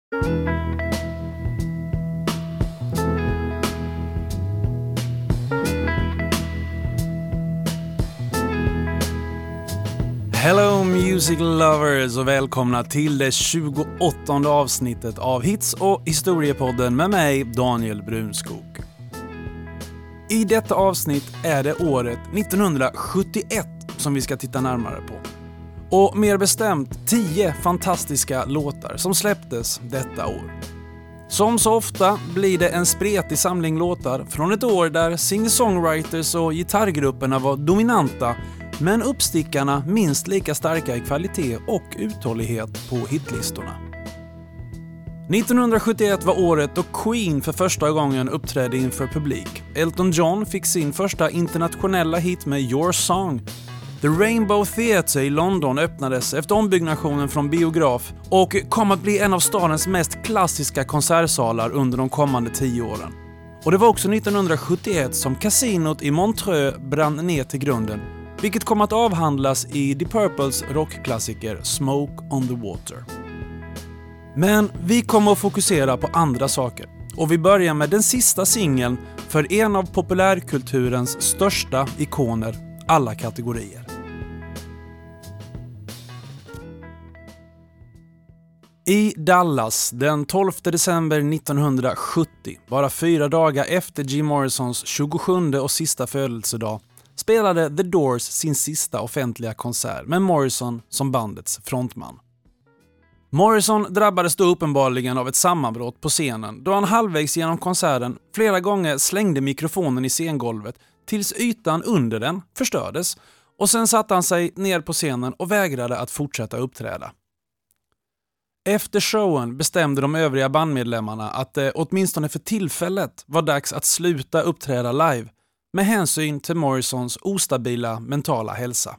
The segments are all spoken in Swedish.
Hello music lovers och välkomna till det 28:e avsnittet av Hits- och historiepodden med mig, Daniel Brunskog. I detta avsnitt är det året 1971 som vi ska titta närmare på. Och mer bestämt 10 fantastiska låtar som släpptes detta år. Som så ofta blir det en spretig samling låtar från ett år där singer-songwriters och gitarrgrupperna var dominanta, men uppstickarna minst lika starka i kvalitet och uthållighet på hitlistorna. 1971 var året då Queen för första gången uppträdde inför publik. Elton John fick sin första internationella hit med Your Song. The Rainbow Theatre i London öppnades efter ombyggnationen från biograf och kom att bli en av stadens mest klassiska konsertsalar under de kommande 10 åren. Och det var också 1971 som kasinot i Montreux brann ner till grunden, vilket kom att avhandlas i Deep Purples rockklassiker Smoke on the Water. Men vi kommer att fokusera på andra saker. Och vi börjar med den sista singeln för en av populärkulturens största ikoner, alla kategorier. I Dallas den 12 december 1970, bara 4 dagar efter Jim Morrisons 27:e och sista födelsedag, spelade The Doors sin sista offentliga konsert med Morrison som bandets frontman. Morrison drabbades då uppenbarligen av ett sammanbrott på scenen då han halvvägs genom konserten flera gånger slängde mikrofonen i scengolvet tills ytan under den förstördes, och sen satte han sig ner på scenen och vägrade att fortsätta uppträda. Efter showen bestämde de övriga bandmedlemmarna att det åtminstone för tillfället var dags att sluta uppträda live med hänsyn till Morrisons ostabila mentala hälsa.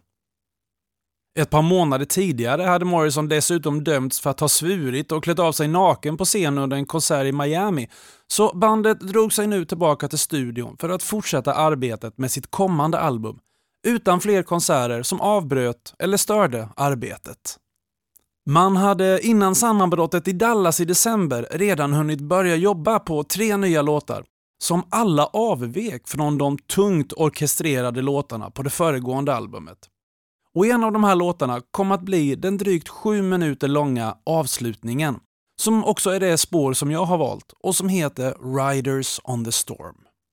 Ett par månader tidigare hade Morrison dessutom dömts för att ha svurit och klätt av sig naken på scen under en konsert i Miami, så bandet drog sig nu tillbaka till studion för att fortsätta arbetet med sitt kommande album, utan fler konserter som avbröt eller störde arbetet. Man hade innan sammanbrottet i Dallas i december redan hunnit börja jobba på 3 nya låtar, som alla avvek från de tungt orkestrerade låtarna på det föregående albumet. Och en av de här låtarna kom att bli den drygt 7 minuter långa avslutningen, som också är det spår som jag har valt och som heter Riders on the Storm.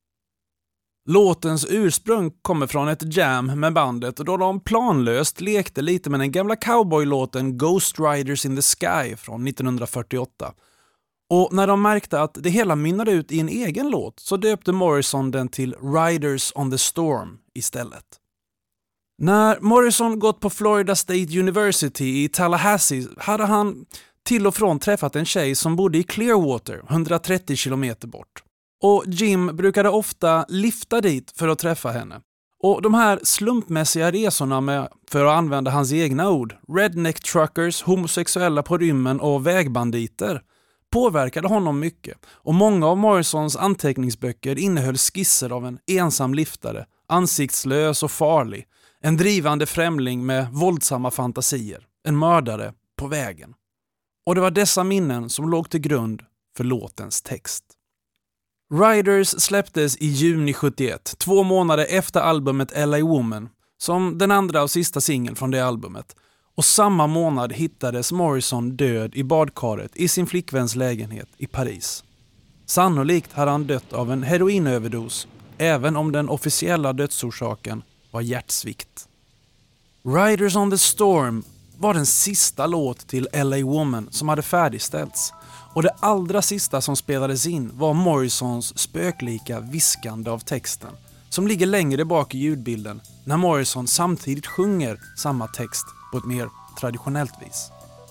Låtens ursprung kommer från ett jam med bandet då de planlöst lekte lite med den gamla cowboylåten Ghost Riders in the Sky från 1948. Och när de märkte att det hela mynnade ut i en egen låt så döpte Morrison den till Riders on the Storm istället. När Morrison gått på Florida State University i Tallahassee hade han till och från träffat en tjej som bodde i Clearwater, 130 kilometer bort. Och Jim brukade ofta lifta dit för att träffa henne. Och de här slumpmässiga resorna med, för att använda hans egna ord, redneck truckers, homosexuella på rymmen och vägbanditer påverkade honom mycket. Och många av Morrisons anteckningsböcker innehöll skisser av en ensam liftare, ansiktslös och farlig, en drivande främling med våldsamma fantasier, en mördare på vägen. Och det var dessa minnen som låg till grund för låtens text. Riders släpptes i juni 71, 2 månader efter albumet LA Woman, som den andra och sista singeln från det albumet. Och samma månad hittades Morrison död i badkaret i sin flickväns lägenhet i Paris. Sannolikt hade han dött av en heroinöverdos, även om den officiella dödsorsaken var hjärtsvikt. Riders on the Storm var den sista låt till LA Woman som hade färdigställts, och det allra sista som spelades in var Morrisons spöklika viskande av texten, som ligger längre bak i ljudbilden när Morrison samtidigt sjunger samma text på ett mer traditionellt vis.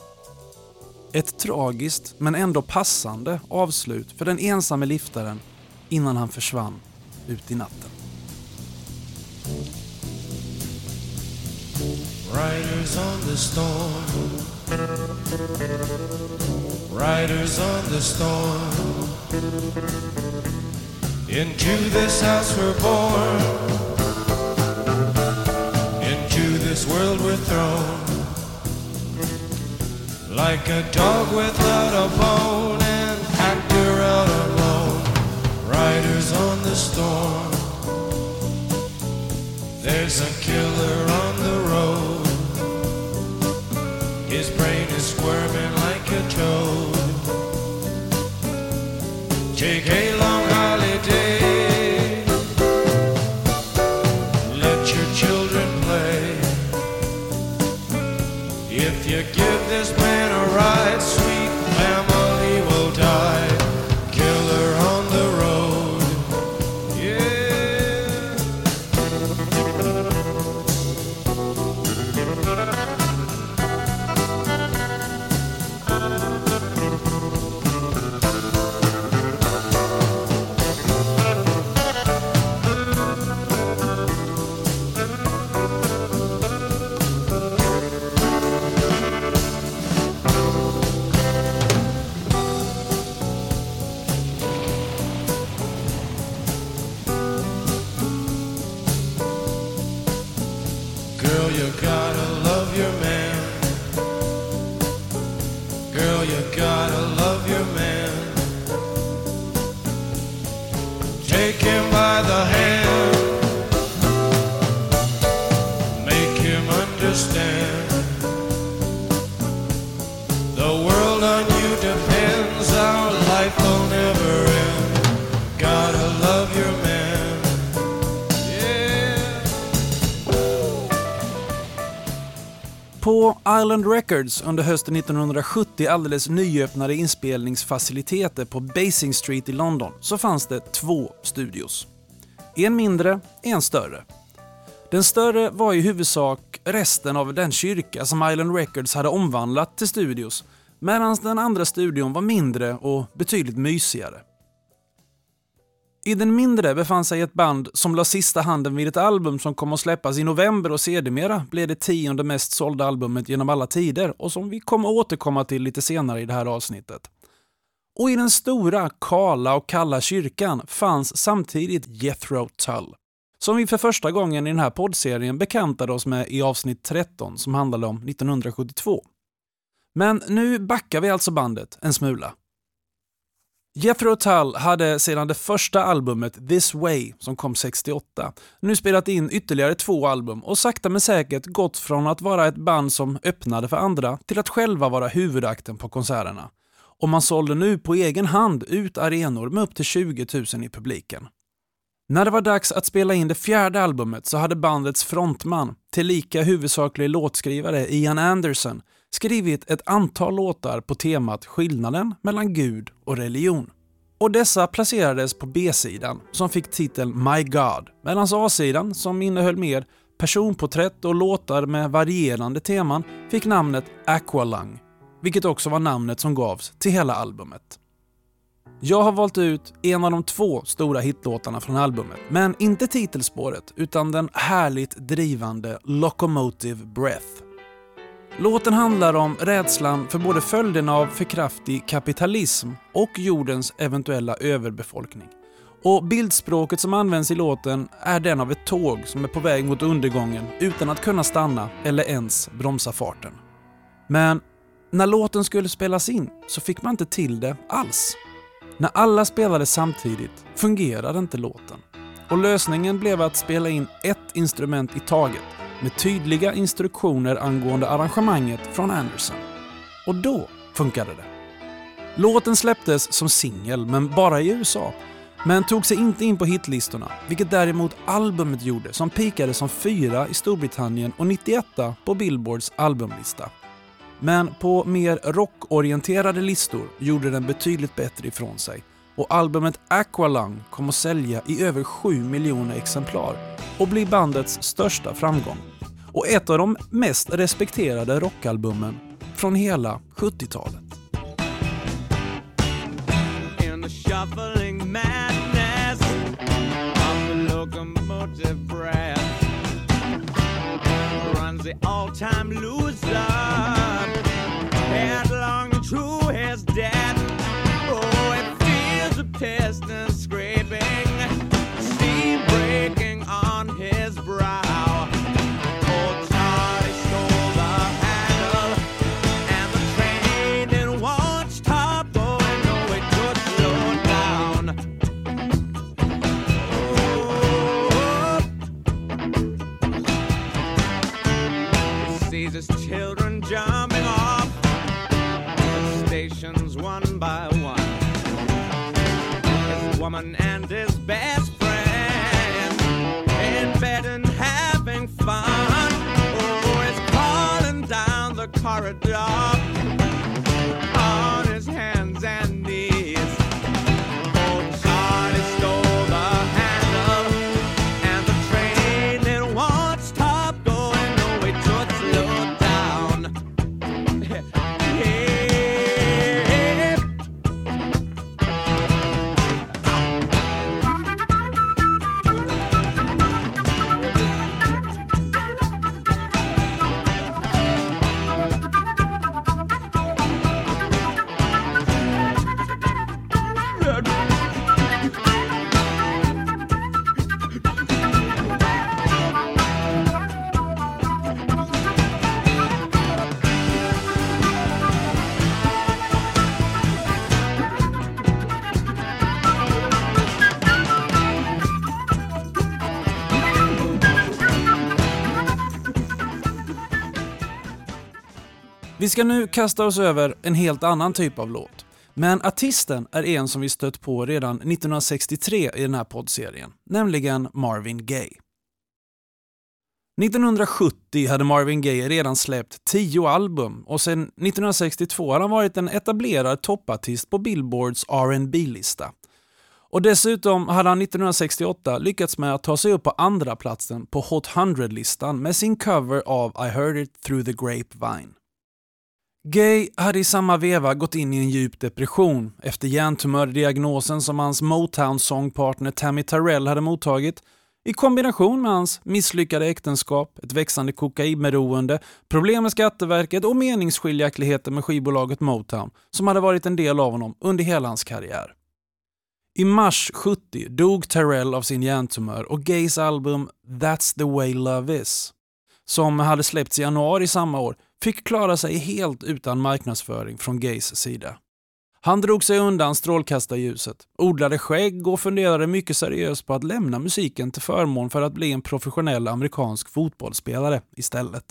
Ett tragiskt men ändå passande avslut för den ensamme liftaren innan han försvann ut i natten. Riders on the storm, riders on the storm. Into this house we're born, into this world we're thrown. Like a dog without a bone, gotta love your man. Take him by the hand, make him understand. The world on you depends, our life will never end. Gotta love your man. Yeah. På Island Records under hösten 1970 alldeles nyöppnade inspelningsfaciliteter på Basing Street i London så fanns det 2 studios. En mindre, en större. Den större var i huvudsak resten av den kyrka som Island Records hade omvandlat till studios, medan den andra studion var mindre och betydligt mysigare. I den mindre befann sig ett band som la sista handen vid ett album som kom att släppas i november och sedermera blev det 10:e mest sålda albumet genom alla tider och som vi kommer att återkomma till lite senare i det här avsnittet. Och i den stora, kala och kalla kyrkan fanns samtidigt Jethro Tull, som vi för första gången i den här poddserien bekantade oss med i avsnitt 13 som handlade om 1972. Men nu backar vi alltså bandet en smula. Jethro Tull hade sedan det första albumet This Way som kom 68 nu spelat in ytterligare 2 album och sakta men säkert gått från att vara ett band som öppnade för andra till att själva vara huvudakten på konserterna. Och man sålde nu på egen hand ut arenor med upp till 20 000 i publiken. När det var dags att spela in det 4:e albumet så hade bandets frontman, tillika huvudsaklig låtskrivare Ian Anderson, skrivit ett antal låtar på temat skillnaden mellan Gud och religion. Och dessa placerades på B-sidan som fick titeln My God, medan A-sidan som innehöll mer personporträtt och låtar med varierande teman fick namnet Aqualung, vilket också var namnet som gavs till hela albumet. Jag har valt ut en av de 2 stora hitlåtarna från albumet, men inte titelspåret utan den härligt drivande Locomotive Breath. Låten handlar om rädslan för både följderna av för kraftig kapitalism och jordens eventuella överbefolkning. Och bildspråket som används i låten är den av ett tåg som är på väg mot undergången utan att kunna stanna eller ens bromsa farten. Men när låten skulle spelas in så fick man inte till det alls. När alla spelade samtidigt fungerade inte låten. Och lösningen blev att spela in ett instrument i taget med tydliga instruktioner angående arrangemanget från Anderson. Och då funkade det. Låten släpptes som singel men bara i USA, men tog sig inte in på hitlistorna, vilket däremot albumet gjorde som pikade som 4 i Storbritannien och 91 på Billboards albumlista. Men på mer rockorienterade listor gjorde den betydligt bättre ifrån sig och albumet Aqualung kom att sälja i över 7 miljoner exemplar och bli bandets största framgång. Och ett av de mest respekterade rockalbumen från hela 70-talet. In the shuffling madness of the locomotive breath runs the all-time loser headlong to his death. Oh, it feels a piston scraping, steam breaking on his brow. His children jumping off the stations one by one. His woman and his best friend in bed and having fun. Oh, he's crawling down the corridor on his hands and knees. Oh, Charlie stole the handle and the train it won't stop going. No, it just slow down. Yeah. Vi ska nu kasta oss över en helt annan typ av låt. Men artisten är en som vi stött på redan 1963 i den här poddserien, nämligen Marvin Gaye. 1970 hade Marvin Gaye redan släppt 10 album och sedan 1962 har han varit en etablerad toppartist på Billboards R&B-lista. Och dessutom hade han 1968 lyckats med att ta sig upp på andra platsen på Hot 100-listan med sin cover av I Heard It Through the Grapevine. Gaye hade i samma veva gått in i en djup depression efter hjärntumördiagnosen som hans Motown-sångpartner Tammy Terrell hade mottagit, i kombination med hans misslyckade äktenskap, ett växande kokainberoende, problem med Skatteverket och meningsskiljaktigheter med skivbolaget Motown som hade varit en del av honom under hela hans karriär. I mars 70 dog Terrell av sin hjärntumör och Gayes album That's the way love is, som hade släppts i januari samma år, fick klara sig helt utan marknadsföring från Gayes sida. Han drog sig undan strålkastarljuset, odlade skägg och funderade mycket seriöst på att lämna musiken till förmån för att bli en professionell amerikansk fotbollsspelare istället.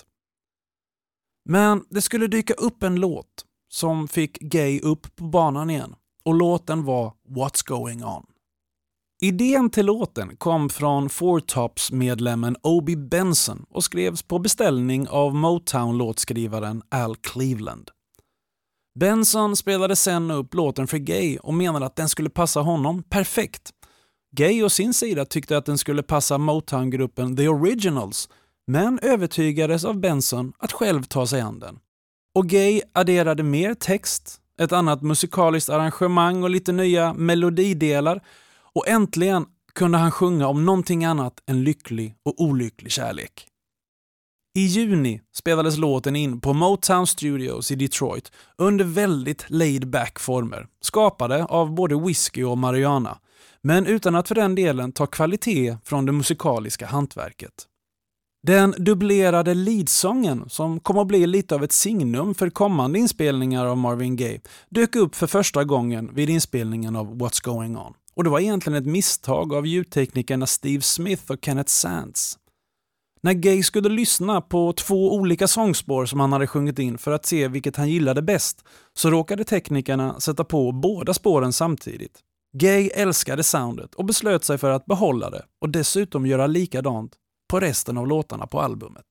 Men det skulle dyka upp en låt som fick Gaye upp på banan igen, och låten var What's Going On. Idén till låten kom från Four Tops-medlemmen Obie Benson och skrevs på beställning av Motown-låtskrivaren Al Cleveland. Benson spelade sen upp låten för Gaye och menade att den skulle passa honom perfekt. Gaye å sin sida tyckte att den skulle passa Motown-gruppen The Originals, men övertygades av Benson att själv ta sig an den. Och Gaye adderade mer text, ett annat musikaliskt arrangemang och lite nya melodidelar, och äntligen kunde han sjunga om någonting annat än lycklig och olycklig kärlek. I juni spelades låten in på Motown Studios i Detroit under väldigt laid-back former, skapade av både whisky och marijuana, men utan att för den delen ta kvalitet från det musikaliska hantverket. Den dubblerade leadsången, som kom att bli lite av ett signum för kommande inspelningar av Marvin Gaye, dök upp för första gången vid inspelningen av What's Going On. Och det var egentligen ett misstag av ljudteknikerna Steve Smith och Kenneth Sands. När Gaye skulle lyssna på 2 olika sångspår som han hade sjungit in för att se vilket han gillade bäst, så råkade teknikerna sätta på båda spåren samtidigt. Gaye älskade soundet och beslöt sig för att behålla det och dessutom göra likadant på resten av låtarna på albumet.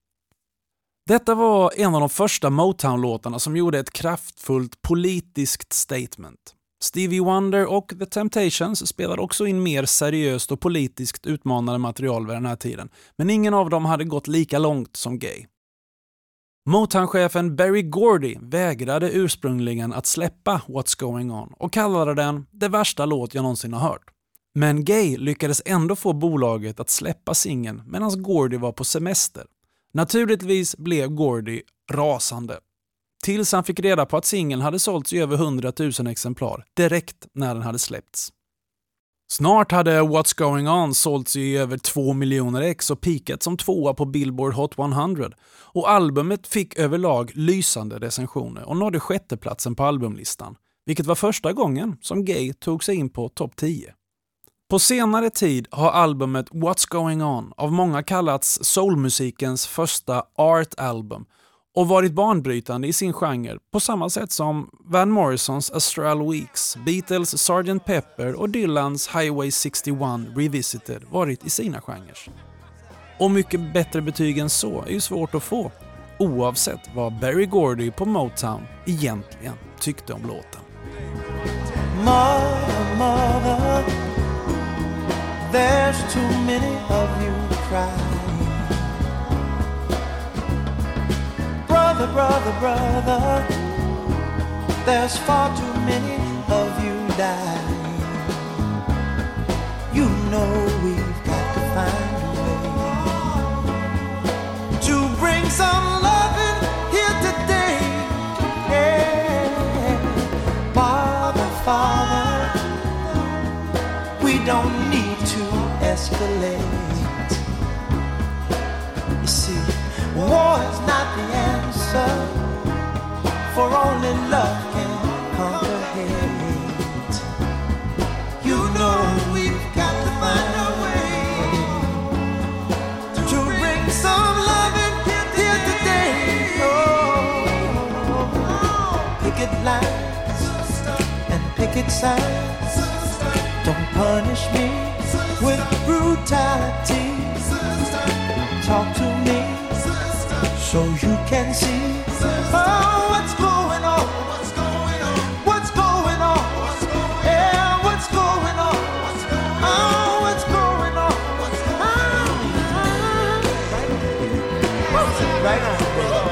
Detta var en av de första Motown-låtarna som gjorde ett kraftfullt politiskt statement. Stevie Wonder och The Temptations spelade också in mer seriöst och politiskt utmanande material vid den här tiden, men ingen av dem hade gått lika långt som Gaye. Motown-chefen Berry Gordy vägrade ursprungligen att släppa What's Going On och kallade den det värsta låt jag någonsin har hört. Men Gaye lyckades ändå få bolaget att släppa singeln medan Gordy var på semester. Naturligtvis blev Gordy rasande. Tills han fick reda på att singeln hade sålts i över 100 000 exemplar direkt när den hade släppts. Snart hade What's Going On sålts i över 2 miljoner ex och peakat som 2:a på Billboard Hot 100. Och albumet fick överlag lysande recensioner och nådde 6:e platsen på albumlistan, vilket var första gången som Gaye tog sig in på topp 10. På senare tid har albumet What's Going On av många kallats soulmusikens första art-album och varit banbrytande i sin genre på samma sätt som Van Morrisons Astral Weeks, Beatles Sgt. Pepper och Dylans Highway 61 Revisited varit i sina genrer. Och mycket bättre betyg än så är ju svårt att få, oavsett vad Berry Gordy på Motown egentligen tyckte om låten. Mother, mother, there's too many of you crying. Brother, brother, brother, there's far too many of you dying. You know we've got to find a way to bring some loving here today. Yeah. Father, Father, we don't need to escalate. You see, war is not the answer, for only love can conquer hate. You know we've got to find a way to bring some love in here today. Oh. picket signs. Don't punish me with brutality. Talk to me so you can see. Oh, what's going on? What's going on? Yeah, what's going on? Oh, what's going on? Right on.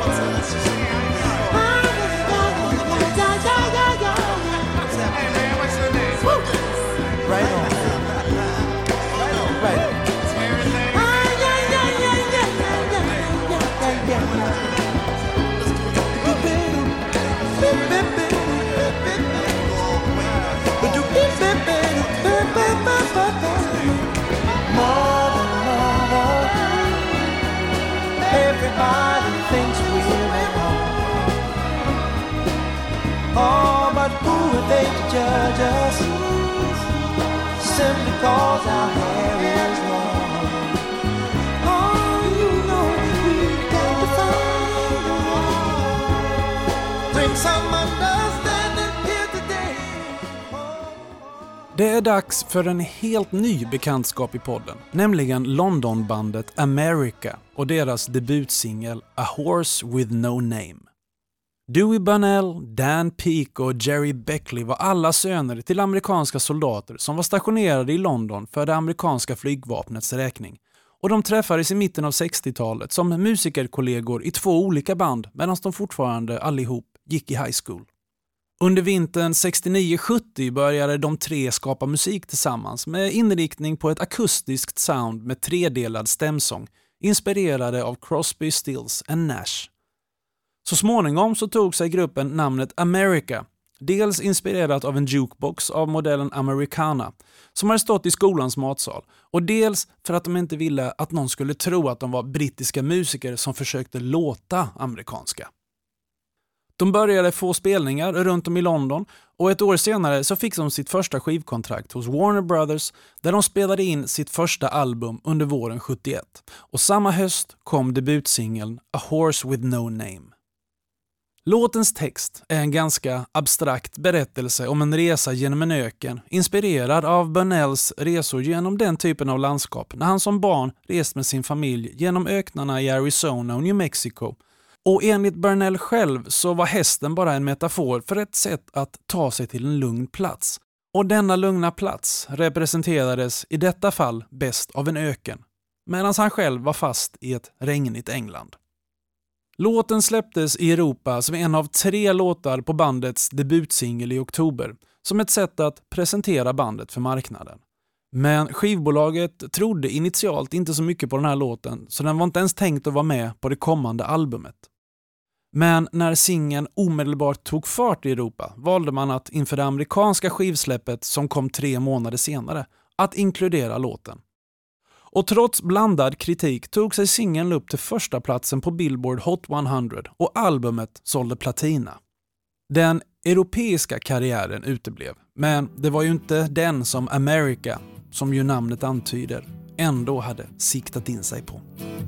Everybody thinks we're at home. Oh, but who are they to judge us? Simply cause our hair is long. Oh, you know we've got to find a way. Bring some understanding here today. Det är dags för en helt ny bekantskap i podden, nämligen Londonbandet America och deras debutsingel A Horse with No Name. Dewey Bunnell, Dan Peake och Jerry Beckley var alla söner till amerikanska soldater som var stationerade i London för det amerikanska flygvapnets räkning. Och de träffades i mitten av 60-talet som musikerkollegor i 2 olika band medan de fortfarande allihop gick i high school. Under vintern 69-70 började de 3 skapa musik tillsammans med inriktning på ett akustiskt sound med 3-delad stämsång, inspirerade av Crosby, Stills and Nash. Så småningom så tog sig gruppen namnet America, dels inspirerat av en jukebox av modellen Americana som hade stått i skolans matsal, och dels för att de inte ville att någon skulle tro att de var brittiska musiker som försökte låta amerikanska. De började få spelningar runt om i London och ett år senare så fick de sitt första skivkontrakt hos Warner Brothers där de spelade in sitt första album under våren 71. Och samma höst kom debutsingeln A Horse with No Name. Låtens text är en ganska abstrakt berättelse om en resa genom en öken inspirerad av Bunnells resor genom den typen av landskap när han som barn rest med sin familj genom öknarna i Arizona och New Mexico. Och enligt Bunnell själv så var hästen bara en metafor för ett sätt att ta sig till en lugn plats. Och denna lugna plats representerades i detta fall bäst av en öken, medan han själv var fast i ett regnigt England. Låten släpptes i Europa som en av 3 låtar på bandets debutsingel i oktober, som ett sätt att presentera bandet för marknaden. Men skivbolaget trodde initialt inte så mycket på den här låten, så den var inte ens tänkt att vara med på det kommande albumet. Men när singeln omedelbart tog fart i Europa valde man att inför det amerikanska skivsläppet som kom 3 månader senare att inkludera låten. Och trots blandad kritik tog sig singeln upp till första platsen på Billboard Hot 100 och albumet sålde platina. Den europeiska karriären uteblev, men det var ju inte den som America, som ju namnet antyder, ändå hade siktat in sig på.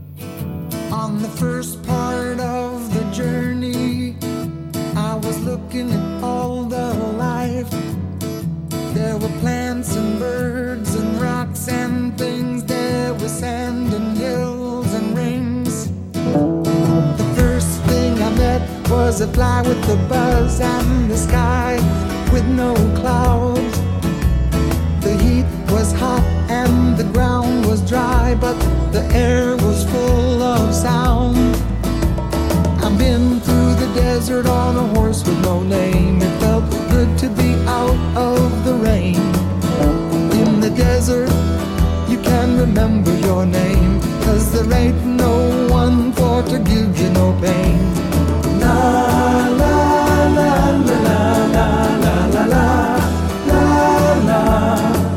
On the first part of the journey, I was looking at all the life. There were plants and birds and rocks and things. There was sand and hills and rings. The first thing I met was a fly with a buzz and the sky with no clouds. The heat was hot and the ground was dry, but the air was full of sound. I've been through the desert on a horse with no name. It felt good to be out of the rain. In the desert, you can remember your name, 'cause there ain't no one for to give you no pain. La la la la la la la la la la la.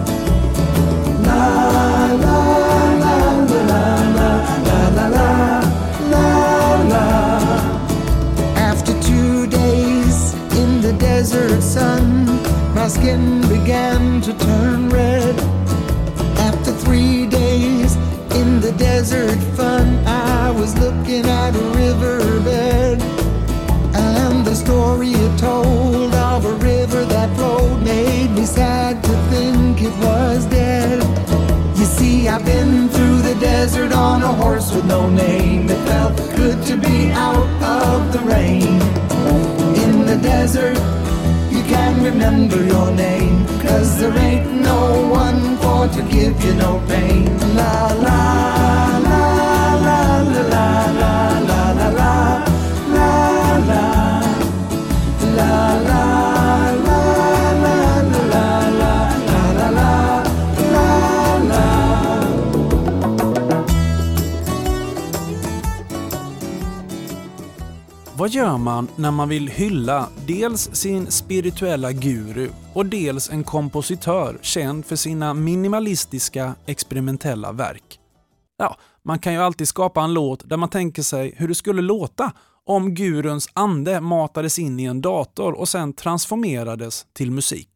After 2 days in the desert sun, my skin began to turn red. After 3 days in the desert fun, I was looking at a riverbed, and the story it told of a river that flowed made on a horse with no name. It felt good to be out of the rain. In the desert, you can't remember your name, 'cause there ain't no one for to give you no pain. La la la la la la la la la la la la la la la. Vad gör man när man vill hylla dels sin spirituella guru och dels en kompositör känd för sina minimalistiska experimentella verk? Ja, man kan ju alltid skapa en låt där man tänker sig hur det skulle låta om guruns ande matades in i en dator och sen transformerades till musik.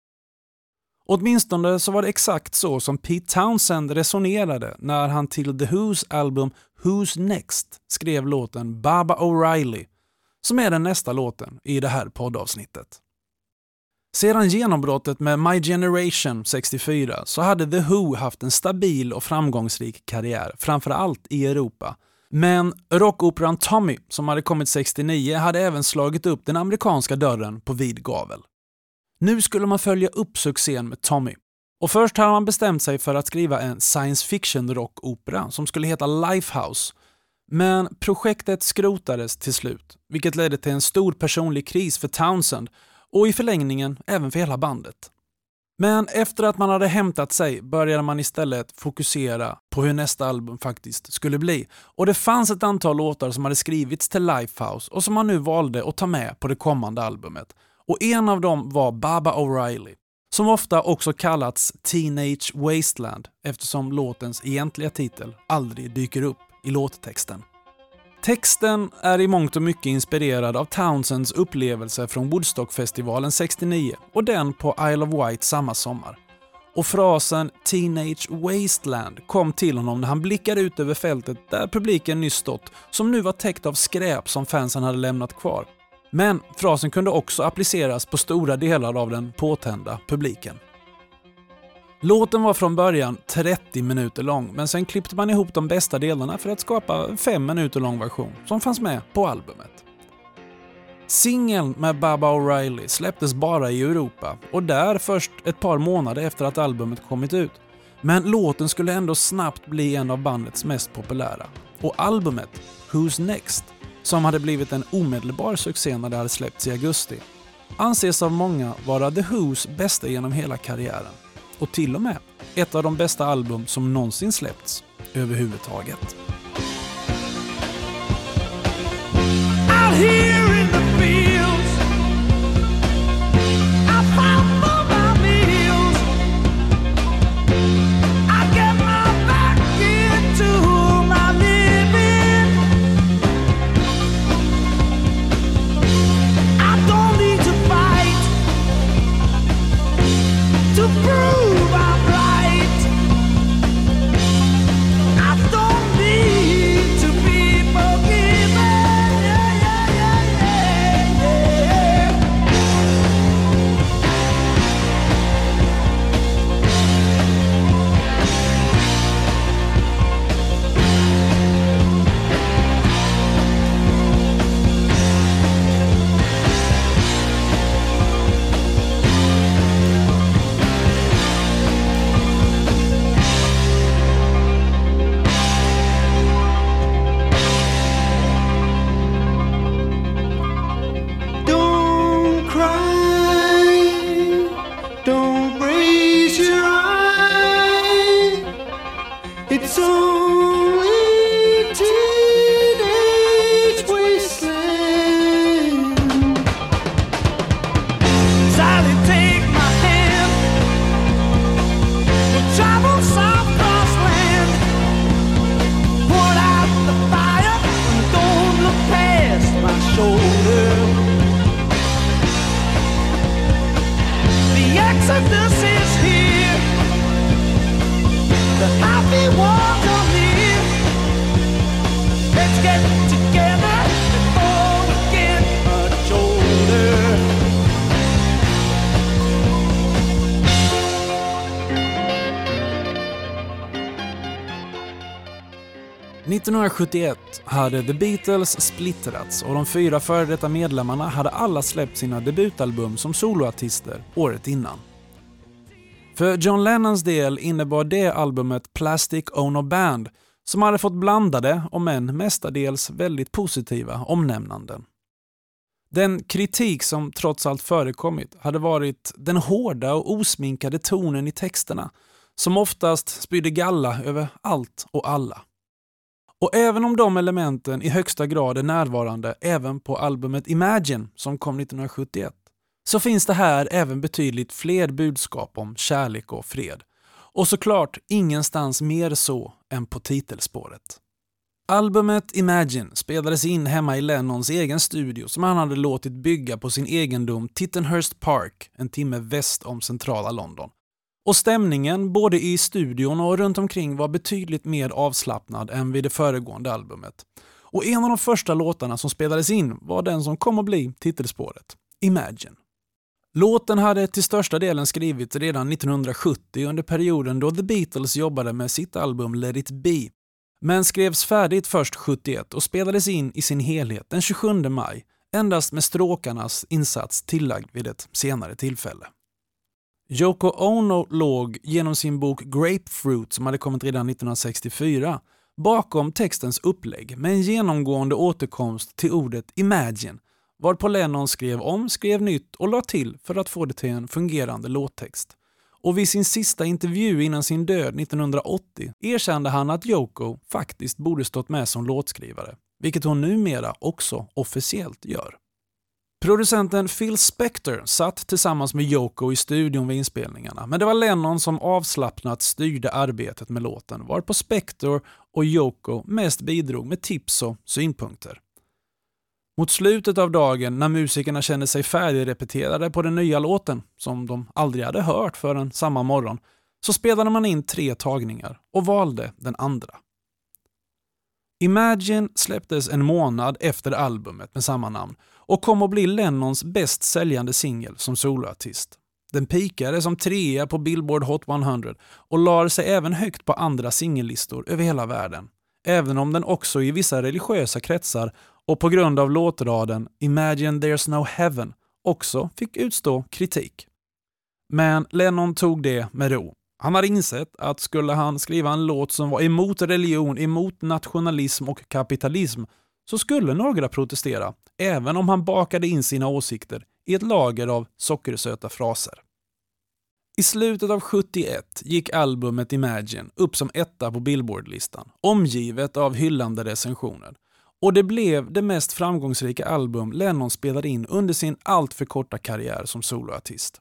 Åtminstone så var det exakt så som Pete Townshend resonerade när han till The Who's album Who's Next skrev låten Baba O'Reilly, som är den nästa låten i det här poddavsnittet. Sedan genombrottet med My Generation 64 så hade The Who haft en stabil och framgångsrik karriär, framförallt i Europa. Men rockoperan Tommy, som hade kommit 69, hade även slagit upp den amerikanska dörren på vid gavel. Nu skulle man följa upp succén med Tommy. Och först hade man bestämt sig för att skriva en science fiction rockopera som skulle heta Lifehouse. Men projektet skrotades till slut, vilket ledde till en stor personlig kris för Townshend och i förlängningen även för hela bandet. Men efter att man hade hämtat sig började man istället fokusera på hur nästa album faktiskt skulle bli. Och det fanns ett antal låtar som hade skrivits till Lifehouse och som man nu valde att ta med på det kommande albumet. Och en av dem var Baba O'Reilly, som ofta också kallats Teenage Wasteland eftersom låtens egentliga titel aldrig dyker upp i låttexten. Texten är i mångt och mycket inspirerad av Townsends upplevelse från Woodstockfestivalen 69 och den på Isle of Wight samma sommar. Och frasen Teenage Wasteland kom till honom när han blickade ut över fältet där publiken nyss stått, som nu var täckt av skräp som fansen hade lämnat kvar. Men frasen kunde också appliceras på stora delar av den påtända publiken. Låten var från början 30 minuter lång, men sen klippte man ihop de bästa delarna för att skapa en 5 minuter lång version som fanns med på albumet. Singeln med Baba O'Reilly släpptes bara i Europa och där först ett par månader efter att albumet kommit ut. Men låten skulle ändå snabbt bli en av bandets mest populära. Och albumet, Who's Next, som hade blivit en omedelbar succé när det hade släppts i augusti, anses av många vara The Who's bästa genom hela karriären. Och till och med ett av de bästa album som någonsin släppts överhuvudtaget. Out here in the fields, I fight for my meals. I get my back into my living. I don't need to fight to prove I'm right. I don't need to be forgiven. Don't cry, don't raise your eye. It's only teenage wasteland. Sally, take my hand. We'll travel south cross land. Put out the fire and don't look past my shoulder. The exodus is here. The happy ones are near. Let's get together before we get much older. 1971 hade The Beatles splittrats och de 4 före detta medlemmarna hade alla släppt sina debutalbum som soloartister året innan. För John Lennons del innebar det albumet Plastic Ono Band som hade fått blandade, om än mestadels väldigt positiva, omnämnanden. Den kritik som trots allt förekommit hade varit den hårda och osminkade tonen i texterna som oftast spydde galla över allt och alla. Och även om de elementen i högsta grad är närvarande även på albumet Imagine som kom 1971 så finns det här även betydligt fler budskap om kärlek och fred. Och såklart ingenstans mer så än på titelspåret. Albumet Imagine spelades in hemma i Lennons egen studio som han hade låtit bygga på sin egendom Tittenhurst Park, en timme väst om centrala London. Och stämningen både i studion och runt omkring var betydligt mer avslappnad än vid det föregående albumet. Och en av de första låtarna som spelades in var den som kom att bli titelspåret, Imagine. Låten hade till största delen skrivits redan 1970 under perioden då The Beatles jobbade med sitt album Let It Be, men skrevs färdigt först 71 och spelades in i sin helhet den 27 maj, endast med stråkarnas insats tillagd vid ett senare tillfälle. Yoko Ono låg genom sin bok Grapefruit som hade kommit redan 1964 bakom textens upplägg med en genomgående återkomst till ordet Imagine, varpå Lennon skrev nytt och la till för att få det till en fungerande låttext. Och vid sin sista intervju innan sin död 1980 erkände han att Yoko faktiskt borde stått med som låtskrivare, vilket hon numera också officiellt gör. Producenten Phil Spector satt tillsammans med Yoko i studion vid inspelningarna, men det var Lennon som avslappnat styrde arbetet med låten, varpå Spector och Yoko mest bidrog med tips och synpunkter. Mot slutet av dagen, när musikerna kände sig färdigrepeterade på den nya låten, som de aldrig hade hört förrän samma morgon, så spelade man in 3 tagningar och valde den andra. Imagine släpptes en månad efter albumet med samma namn och kom att bli Lennons bäst säljande singel som soloartist. Den pikade som 3:a på Billboard Hot 100 och lade sig även högt på andra singellistor över hela världen, även om den också i vissa religiösa kretsar och på grund av låtraden Imagine There's No Heaven också fick utstå kritik. Men Lennon tog det med ro. Han hade insett att skulle han skriva en låt som var emot religion, emot nationalism och kapitalism, så skulle några protestera, även om han bakade in sina åsikter i ett lager av sockersöta fraser. I slutet av 71 gick albumet Imagine upp som 1:a på Billboard-listan, omgivet av hyllande recensioner. Och det blev det mest framgångsrika album Lennon spelade in under sin alltför korta karriär som soloartist.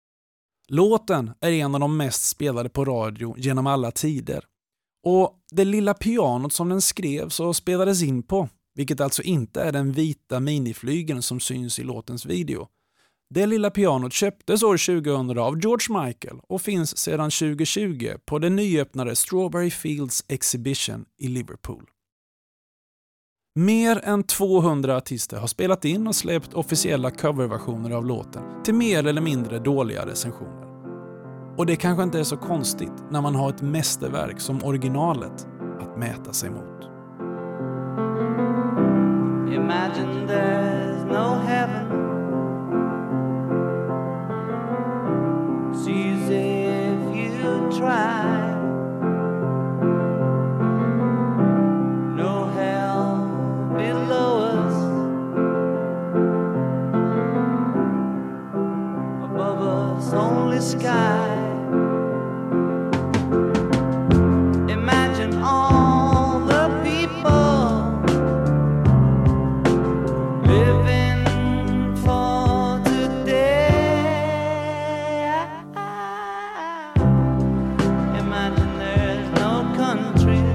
Låten är en av de mest spelade på radio genom alla tider. Och det lilla pianot som den skrevs och spelades in på, vilket alltså inte är den vita miniflygeln som syns i låtens video. Det lilla pianot köptes år 2000 av George Michael och finns sedan 2020 på den nyöppnade Strawberry Fields Exhibition i Liverpool. Mer än 200 artister har spelat in och släppt officiella coverversioner av låten till mer eller mindre dåliga recensioner. Och det kanske inte är så konstigt när man har ett mästerverk som originalet att mäta sig mot. Imagine there's no heaven. It's easy if you try. No hell below us. Above us only sky. Imagine all the people living for today. Imagine there's no countries.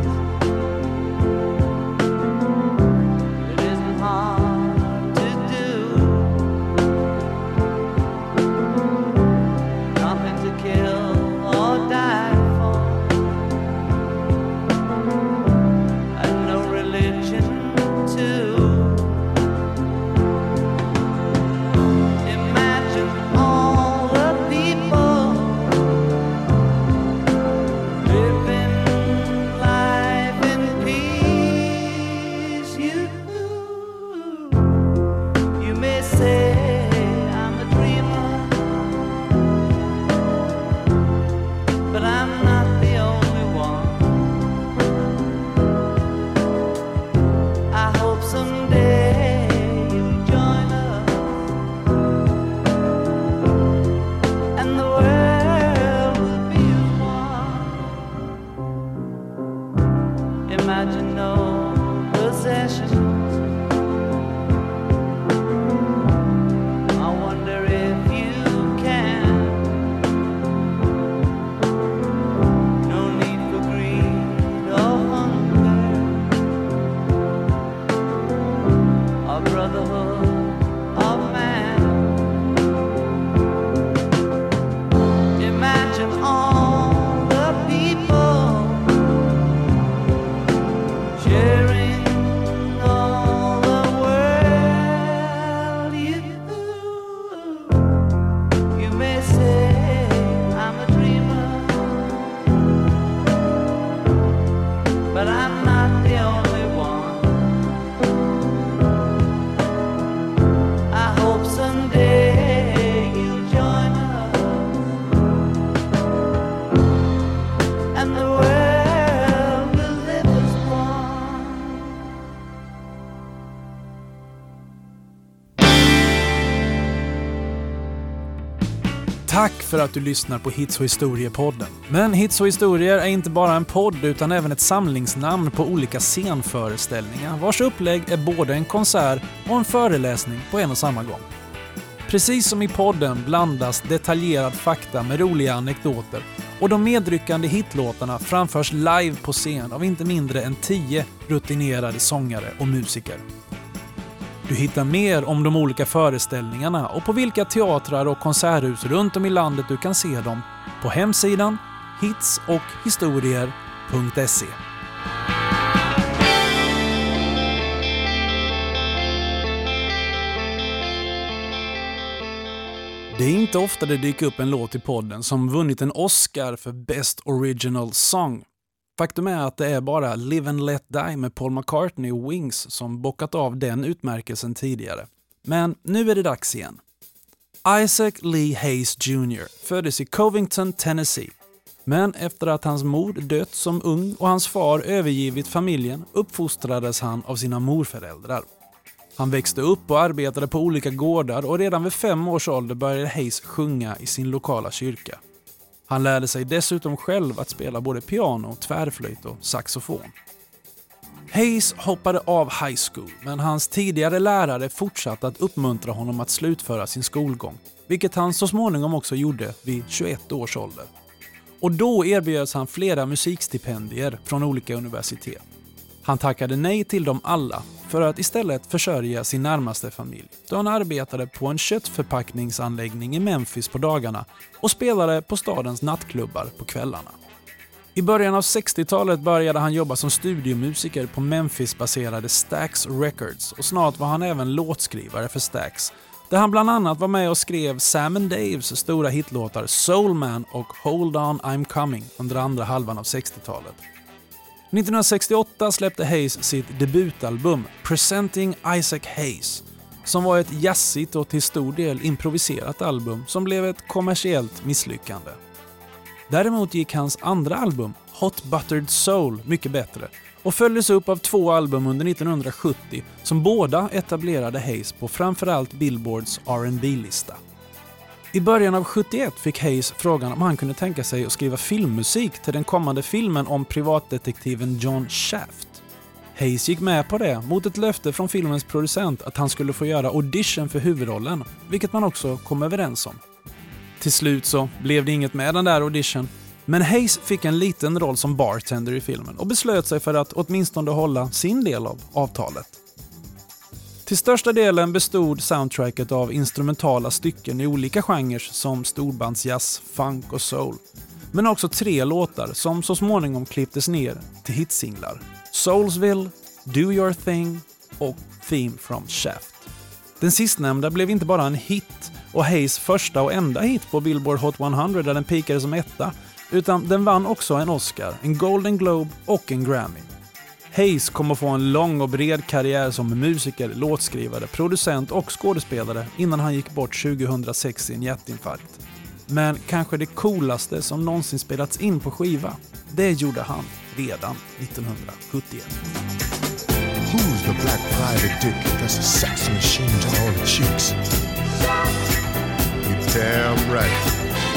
It isn't hard to do. Nothing to kill. Tack för att du lyssnar på Hits och historiepodden. Men Hits och historier är inte bara en podd utan även ett samlingsnamn på olika scenföreställningar vars upplägg är både en konsert och en föreläsning på en och samma gång. Precis som i podden blandas detaljerad fakta med roliga anekdoter och de medryckande hitlåtarna framförs live på scen av inte mindre än 10 rutinerade sångare och musiker. Du hittar mer om de olika föreställningarna och på vilka teatrar och konserthus runt om i landet du kan se dem på hemsidan hitsochhistorier.se. Det är inte ofta det dyker upp en låt i podden som vunnit en Oscar för Best Original Song. Faktum är att det är bara Live and Let Die med Paul McCartney och Wings som bockat av den utmärkelsen tidigare. Men nu är det dags igen. Isaac Lee Hayes Jr. föddes i Covington, Tennessee. Men efter att hans mor dött som ung och hans far övergivit familjen uppfostrades han av sina morföräldrar. Han växte upp och arbetade på olika gårdar och redan vid 5 års ålder började Hayes sjunga i sin lokala kyrka. Han lärde sig dessutom själv att spela både piano, tvärflöjt och saxofon. Hayes hoppade av high school, men hans tidigare lärare fortsatte att uppmuntra honom att slutföra sin skolgång, vilket han så småningom också gjorde vid 21 års ålder. Och då erbjöds han flera musikstipendier från olika universitet. Han tackade nej till dem alla för att istället försörja sin närmaste familj, då han arbetade på en köttförpackningsanläggning i Memphis på dagarna och spelade på stadens nattklubbar på kvällarna. I början av 60-talet började han jobba som studiomusiker på Memphis-baserade Stax Records och snart var han även låtskrivare för Stax, där han bland annat var med och skrev Sam and Daves stora hitlåtar Soul Man och Hold On I'm Coming under andra halvan av 60-talet. 1968 släppte Hayes sitt debutalbum Presenting Isaac Hayes, som var ett jazzigt och till stor del improviserat album som blev ett kommersiellt misslyckande. Däremot gick hans andra album, Hot Buttered Soul, mycket bättre och följdes upp av 2 album under 1970 som båda etablerade Hayes på framförallt Billboards R&B-lista. I början av 71 fick Hayes frågan om han kunde tänka sig att skriva filmmusik till den kommande filmen om privatdetektiven John Shaft. Hayes gick med på det mot ett löfte från filmens producent att han skulle få göra audition för huvudrollen, vilket man också kom överens om. Till slut så blev det inget med den där audition, men Hayes fick en liten roll som bartender i filmen och beslöt sig för att åtminstone hålla sin del av avtalet. Till största delen bestod soundtracket av instrumentala stycken i olika genrer som storbandsjazz, funk och soul. Men också 3 låtar som så småningom klipptes ner till hitsinglar. Soulsville, Do Your Thing och Theme from Shaft. Den sistnämnda blev inte bara en hit och Hayes första och enda hit på Billboard Hot 100 där den pikade som etta, utan den vann också en Oscar, en Golden Globe och en Grammy. Hayes kommer få en lång och bred karriär som musiker, låtskrivare, producent och skådespelare innan han gick bort 2006 i en hjärtinfarkt. Men kanske det coolaste som någonsin spelats in på skiva, det gjorde han redan 1971. Who's the black private dick that's a sex machine to all the chicks? You're damn right.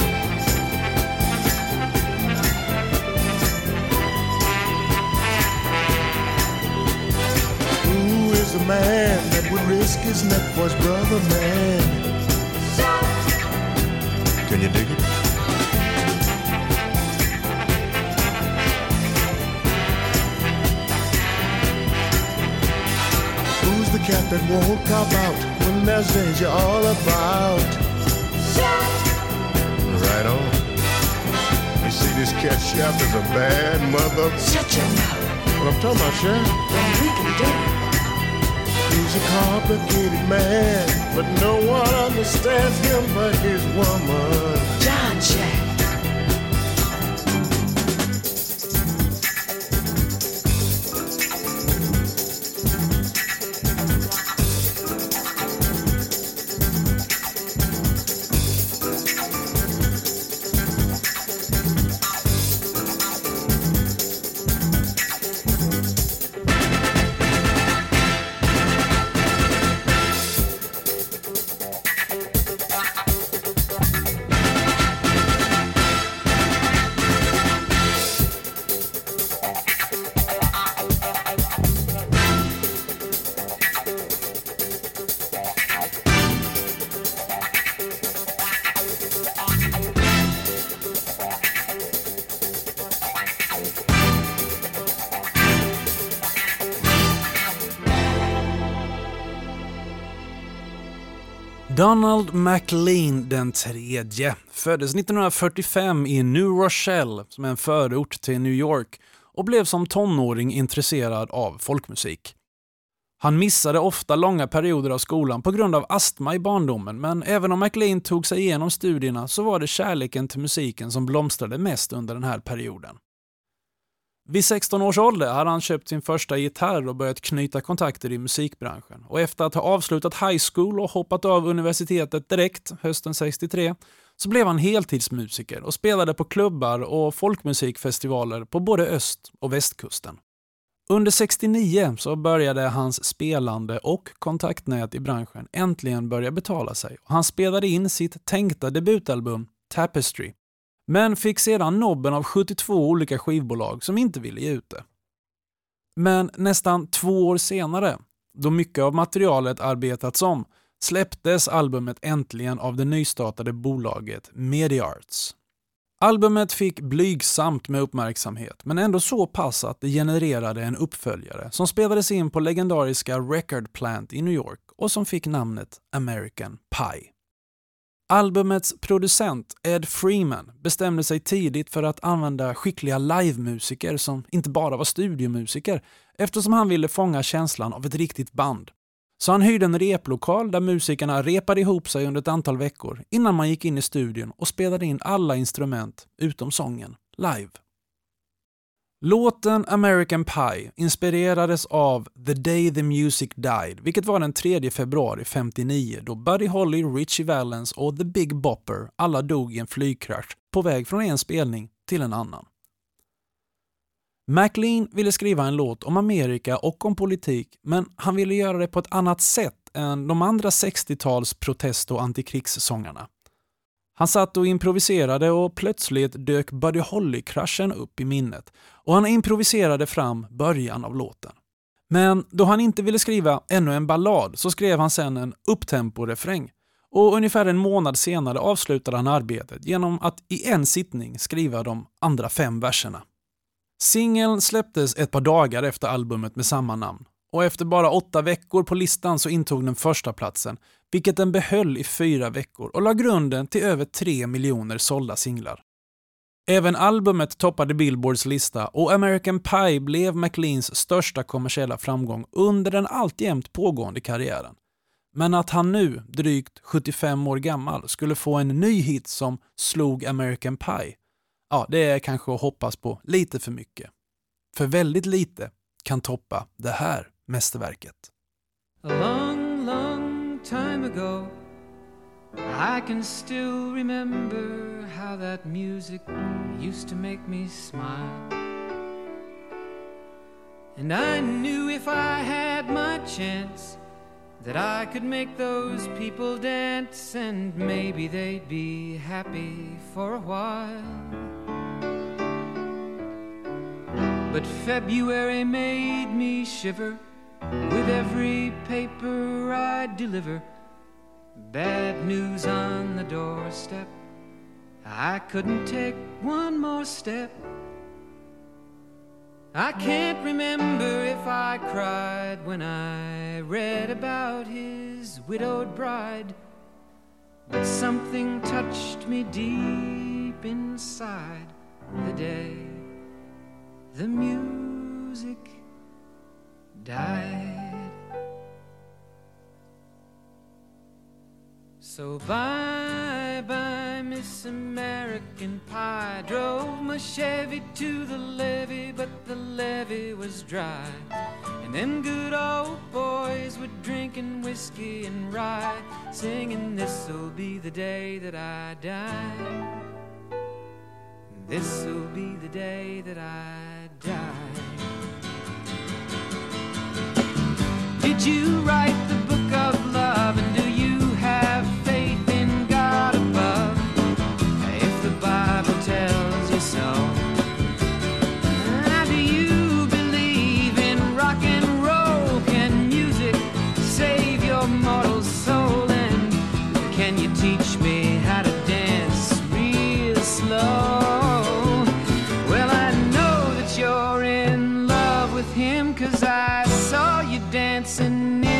The man that would risk his neck for his brother, man. Can you dig it? Who's the cat that won't cop out when there's danger all about? Right on. You see, this cat Shaft is a bad mother. Shut your mouth. What I'm talking about, Shaft? Then we can do it. He's a complicated man, but no one understands him but his woman. John Shaft. Donald McLean den tredje föddes 1945 i New Rochelle, som är en förort till New York, och blev som tonåring intresserad av folkmusik. Han missade ofta långa perioder av skolan på grund av astma i barndomen, men även om McLean tog sig igenom studierna så var det kärleken till musiken som blomstrade mest under den här perioden. Vid 16 års ålder hade han köpt sin första gitarr och börjat knyta kontakter i musikbranschen. Och efter att ha avslutat high school och hoppat av universitetet direkt hösten 63 så blev han heltidsmusiker och spelade på klubbar och folkmusikfestivaler på både öst- och västkusten. Under 69 så började hans spelande och kontaktnät i branschen äntligen börja betala sig. Och han spelade in sitt tänkta debutalbum Tapestry, men fick sedan nobben av 72 olika skivbolag som inte ville ge ut det. Men nästan 2 år senare, då mycket av materialet arbetats om, släpptes albumet äntligen av det nystartade bolaget Mediarts. Albumet fick blygsamt med uppmärksamhet, men ändå så pass att det genererade en uppföljare som spelades in på legendariska Record Plant i New York och som fick namnet American Pie. Albumets producent Ed Freeman bestämde sig tidigt för att använda skickliga livemusiker som inte bara var studiomusiker, eftersom han ville fånga känslan av ett riktigt band. Så han hyrde en replokal där musikerna repade ihop sig under ett antal veckor innan man gick in i studion och spelade in alla instrument utom sången live. Låten American Pie inspirerades av The Day the Music Died, vilket var den 3 februari 59 då Buddy Holly, Ritchie Valens och The Big Bopper alla dog i en flygkrasch på väg från en spelning till en annan. McLean ville skriva en låt om Amerika och om politik, men han ville göra det på ett annat sätt än de andra 60-tals protest- och antikrigssångarna. Han satt och improviserade och plötsligt dök Buddy Holly-kraschen upp i minnet och han improviserade fram början av låten. Men då han inte ville skriva ännu en ballad så skrev han sedan en upptempo-refräng och ungefär en månad senare avslutade han arbetet genom att i en sittning skriva de andra 5 verserna. Singeln släpptes ett par dagar efter albumet med samma namn och efter bara 8 veckor på listan så intog den första platsen, vilket den behöll i 4 veckor och la grunden till över 3 miljoner sålda singlar. Även albumet toppade Billboards lista och American Pie blev McLeans största kommersiella framgång under den alltjämt pågående karriären. Men att han nu, drygt 75 år gammal, skulle få en ny hit som slog American Pie, ja, det är kanske att hoppas på lite för mycket. För väldigt lite kan toppa det här mästerverket. A long, long time ago, I can still remember how that music used to make me smile. And I knew if I had my chance that I could make those people dance, and maybe they'd be happy for a while. But February made me shiver with every paper I deliver. Bad news on the doorstep, I couldn't take one more step. I can't remember if I cried when I read about his widowed bride, but something touched me deep inside the day the music died. So bye bye Miss American Pie. Drove my Chevy to the levee, but the levee was dry. And them good old boys were drinking whiskey and rye, singing this'll be the day that I die. This'll be the day that I die. Did you write the book of love, and do you have faith in God above? If the Bible tells you so, do you believe in rock and roll? Can music save your mortal soul? And can you teach me how to dance real slow? Well, I know that you're in love with him, 'cause I saw you dancing in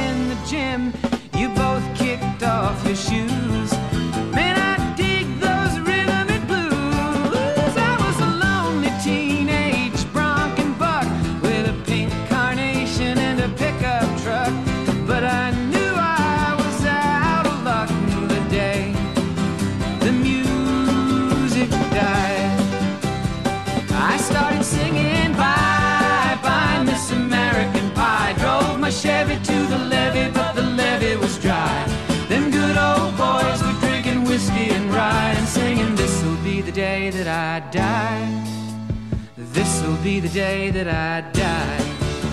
Chevy to the levee, but the levee was dry. Them good old boys were drinking whiskey and rye and singing, this'll be the day that I die. This'll be the day that I die.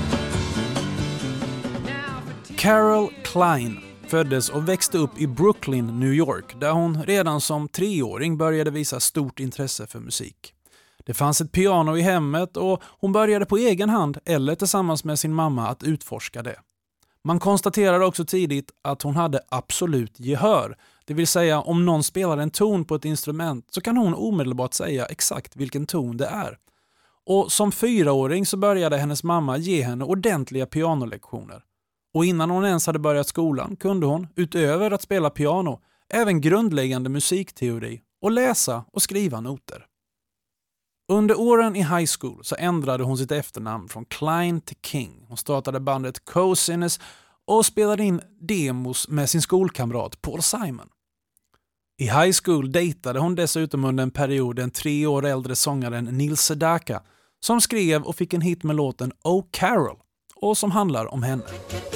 Carol Klein föddes och växte upp i Brooklyn, New York, där hon redan som 3-åring började visa stort intresse för musik. Det fanns ett piano i hemmet och hon började på egen hand eller tillsammans med sin mamma att utforska det. Man konstaterade också tidigt att hon hade absolut gehör, det vill säga om någon spelar en ton på ett instrument så kan hon omedelbart säga exakt vilken ton det är. Och som 4-åring så började hennes mamma ge henne ordentliga pianolektioner. Och innan hon ens hade börjat skolan kunde hon, utöver att spela piano, även grundläggande musikteori och läsa och skriva noter. Under åren i high school så ändrade hon sitt efternamn från Klein till King. Hon startade bandet Cosiness och spelade in demos med sin skolkamrat Paul Simon. I high school dejtade hon dessutom under en period den 3 år äldre sångaren Neil Sedaka som skrev och fick en hit med låten Oh Carol och som handlar om henne.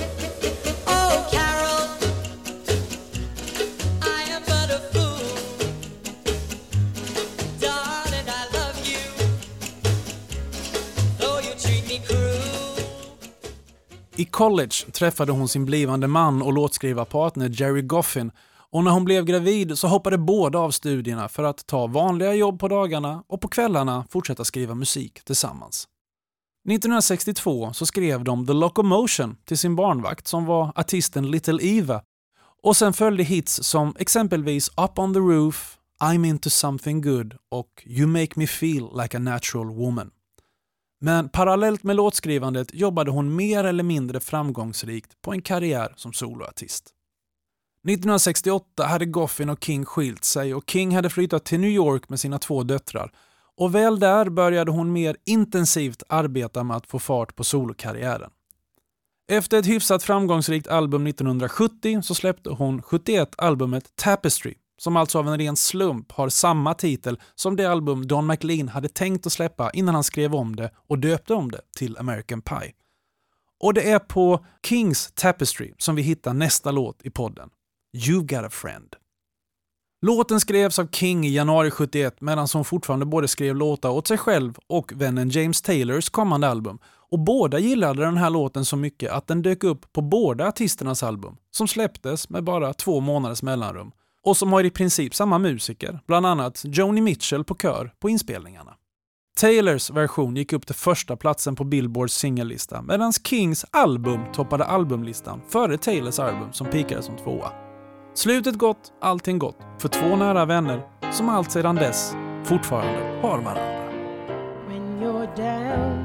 I college träffade hon sin blivande man och låtskrivarpartner Jerry Goffin och när hon blev gravid så hoppade båda av studierna för att ta vanliga jobb på dagarna och på kvällarna fortsätta skriva musik tillsammans. 1962 så skrev de The Locomotion till sin barnvakt som var artisten Little Eva och sen följde hits som exempelvis Up on the Roof, I'm into something good och You make me feel like a natural woman. Men parallellt med låtskrivandet jobbade hon mer eller mindre framgångsrikt på en karriär som soloartist. 1968 hade Goffin och King skilt sig och King hade flyttat till New York med sina 2 döttrar. Och väl där började hon mer intensivt arbeta med att få fart på solokarriären. Efter ett hyfsat framgångsrikt album 1970 så släppte hon 71 albumet Tapestry, som alltså av en ren slump har samma titel som det album Don McLean hade tänkt att släppa innan han skrev om det och döpte om det till American Pie. Och det är på Kings Tapestry som vi hittar nästa låt i podden, You've Got a Friend. Låten skrevs av King i januari 71 medan hon fortfarande både skrev låtar åt sig själv och vännen James Taylors kommande album. Och båda gillade den här låten så mycket att den dök upp på båda artisternas album som släpptes med bara 2 månaders mellanrum och som har i princip samma musiker, bland annat Joni Mitchell på kör på inspelningarna. Taylors version gick upp till första platsen på Billboards singellista medan Kings album toppade albumlistan före Taylors album som pikade som 2. Slutet gott, allting gott för 2 nära vänner som allt sedan dess fortfarande har varandra. When you're down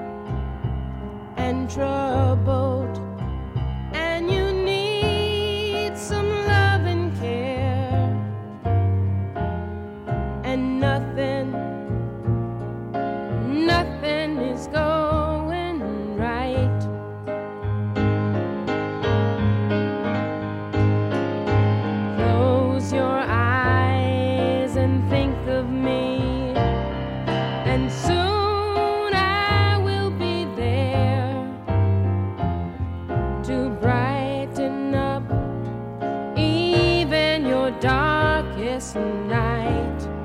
and troubled and you need some love and care and nothing is going right. Close your eyes and think of me, and soon I will be there to brighten up even your darkest night.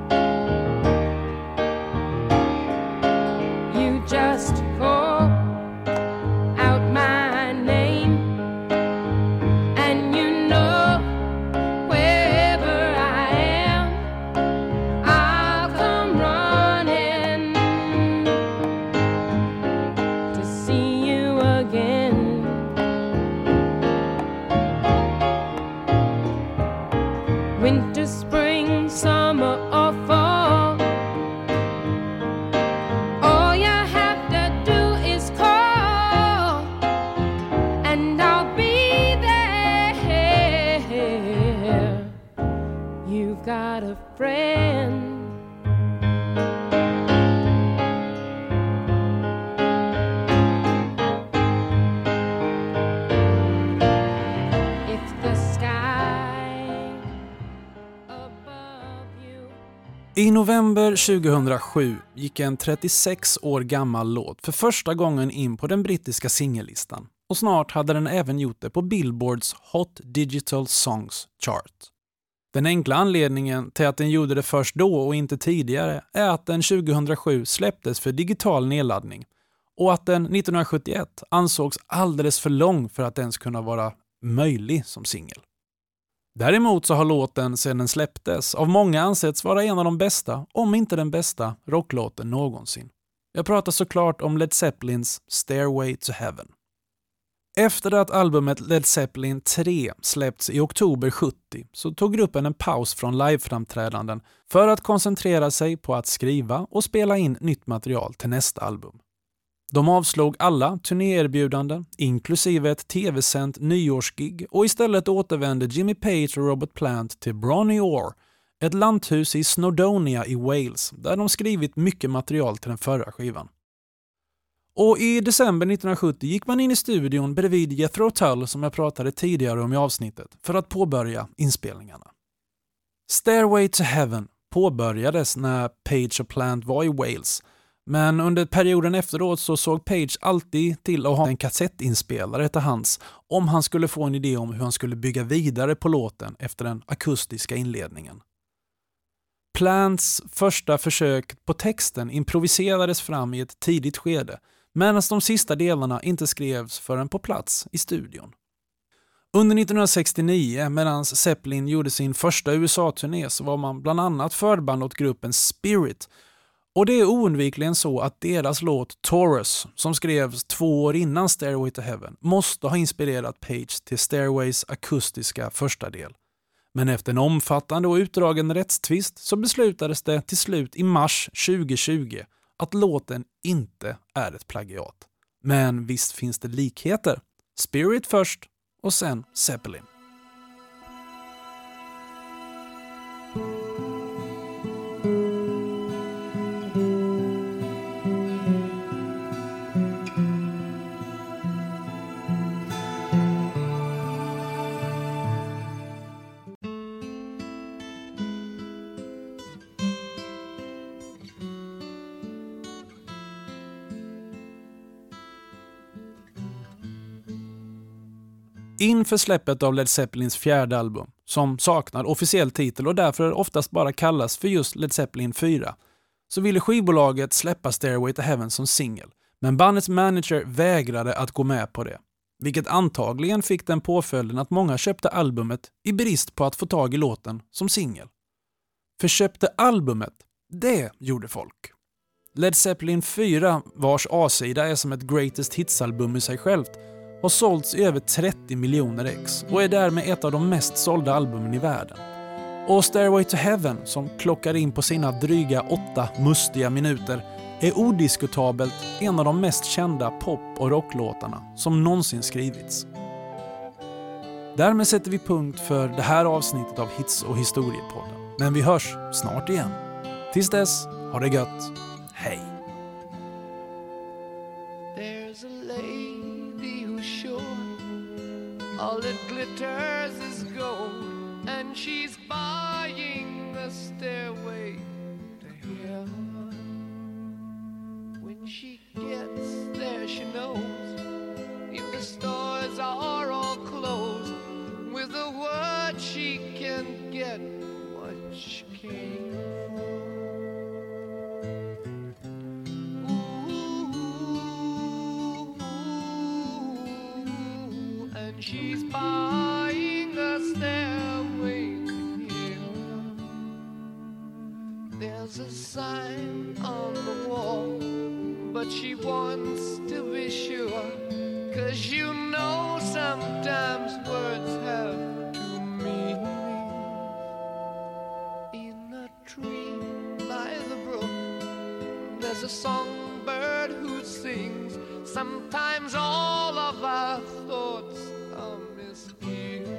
Just call out my name, and you know wherever I am, I'll come running to see you again. Winter, spring, summer, or fall, got a friend. If the sky above you. I november 2007 gick en 36 år gammal låt för första gången in på den brittiska singellistan. och snart hade den även gjort det på Billboards Hot Digital Songs Chart. Den enkla anledningen till att den gjorde det först då och inte tidigare är att den 2007 släpptes för digital nedladdning och att den 1971 ansågs alldeles för lång för att ens kunna vara möjlig som singel. Däremot så har låten sedan den släpptes av många ansetts vara en av de bästa, om inte den bästa, rocklåten någonsin. Jag pratar såklart om Led Zeppelins Stairway to Heaven. Efter att albumet Led Zeppelin 3 släppts i oktober 70 så tog gruppen en paus från liveframträdanden för att koncentrera sig på att skriva och spela in nytt material till nästa album. De avslog alla turnéerbjudanden, inklusive ett tv-sänt nyårsgig, och istället återvände Jimmy Page och Robert Plant till Bronny Ore, ett lanthus i Snowdonia i Wales, där de skrivit mycket material till den förra skivan. Och i december 1970 gick man in i studion bredvid Jethro Tull som jag pratade tidigare om i avsnittet för att påbörja inspelningarna. Stairway to Heaven påbörjades när Page och Plant var i Wales, men under perioden efteråt så såg Page alltid till att ha en kassettinspelare till hands om han skulle få en idé om hur han skulle bygga vidare på låten efter den akustiska inledningen. Plants första försök på texten improviserades fram i ett tidigt skede, medan de sista delarna inte skrevs förrän på plats i studion. Under 1969, medan Zeppelin gjorde sin första USA-turné, så var man bland annat förband åt gruppen Spirit. Och det är oundvikligen så att deras låt Taurus, som skrevs 2 år innan Stairway to Heaven, måste ha inspirerat Page till Stairways akustiska första del. Men efter en omfattande och utdragen rättstvist så beslutades det till slut i mars 2020 att låten inte är ett plagiat. Men visst finns det likheter. Spirit först och sen Zeppelin. Inför släppet av Led Zeppelins 4:e album, som saknar officiell titel och därför oftast bara kallas för just Led Zeppelin 4, så ville skivbolaget släppa Stairway to Heaven som singel, men bandets manager vägrade att gå med på det, vilket antagligen fick den påföljden att många köpte albumet i brist på att få tag i låten som singel. För köpte albumet, det gjorde folk. Led Zeppelin 4, vars A-sida är som ett greatest hits-album i sig självt, har sålts i över 30 miljoner ex och är därmed ett av de mest sålda albumen i världen. Och Stairway to Heaven, som klockar in på sina dryga 8 mustiga minuter, är odiskutabelt en av de mest kända pop- och rocklåtarna som någonsin skrivits. Därmed sätter vi punkt för det här avsnittet av Hits och historiepodden. Men vi hörs snart igen. Tills dess, ha det gött. Hej! All that glitters is gold, and she's buying a stairway to heaven. When she gets there, she knows if the stores are all closed, with a word she can get what she came for. She's buying a stairway to heaven. There's a sign on the wall, but she wants to be sure, 'cause you know sometimes words have two meanings. In a tree by the brook, there's a songbird who sings. Sometimes all of our thoughts are misgiven.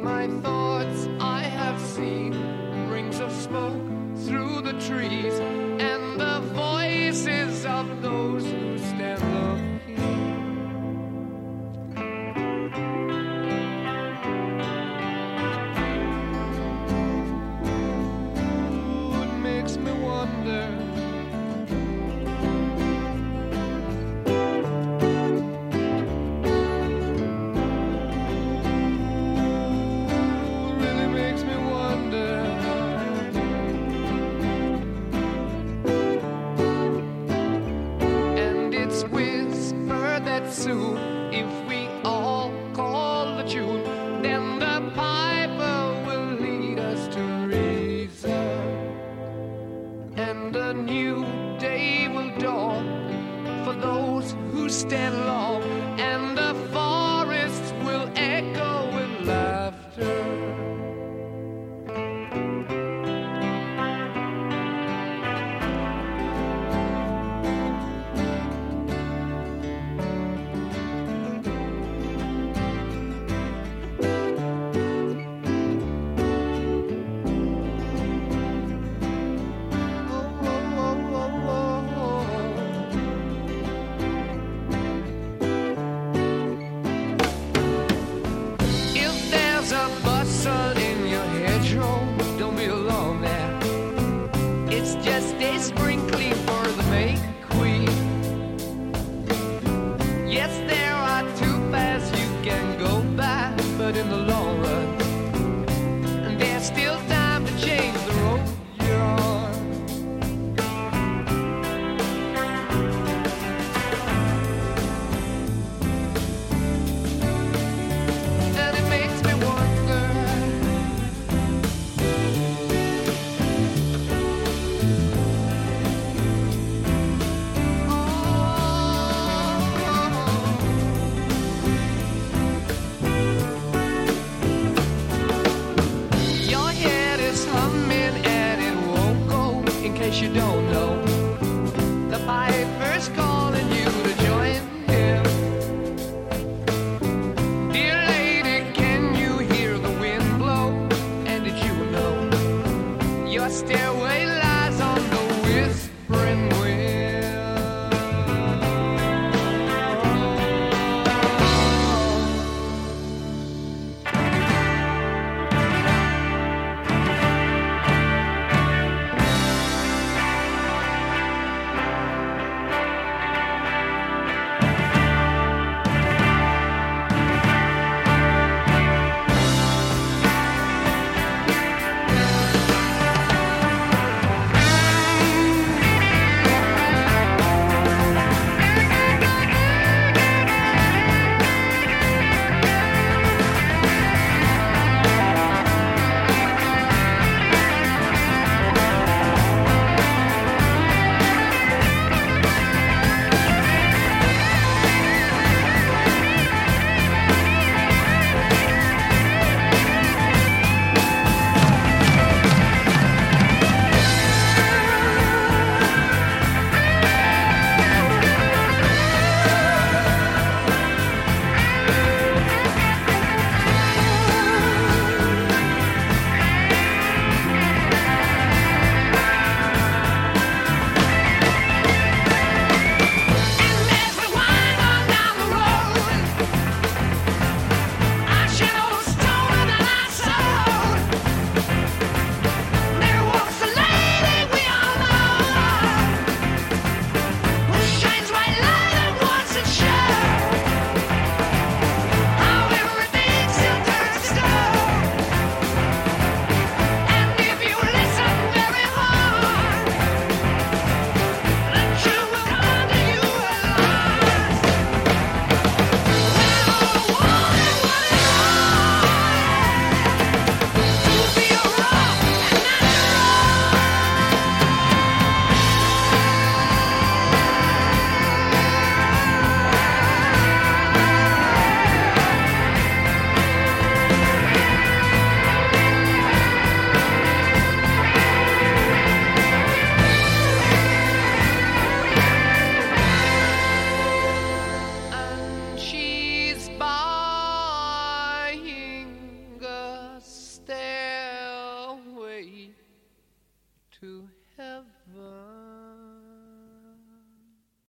my thoughts I have seen rings of smoke through the trees and the voices of those who stand looking. Ooh, it makes me wonder. Soon, if we all call the tune, then the piper will lead us to reason, and a new day will dawn for those who stand long, and the forests will echo with laughter. You don't know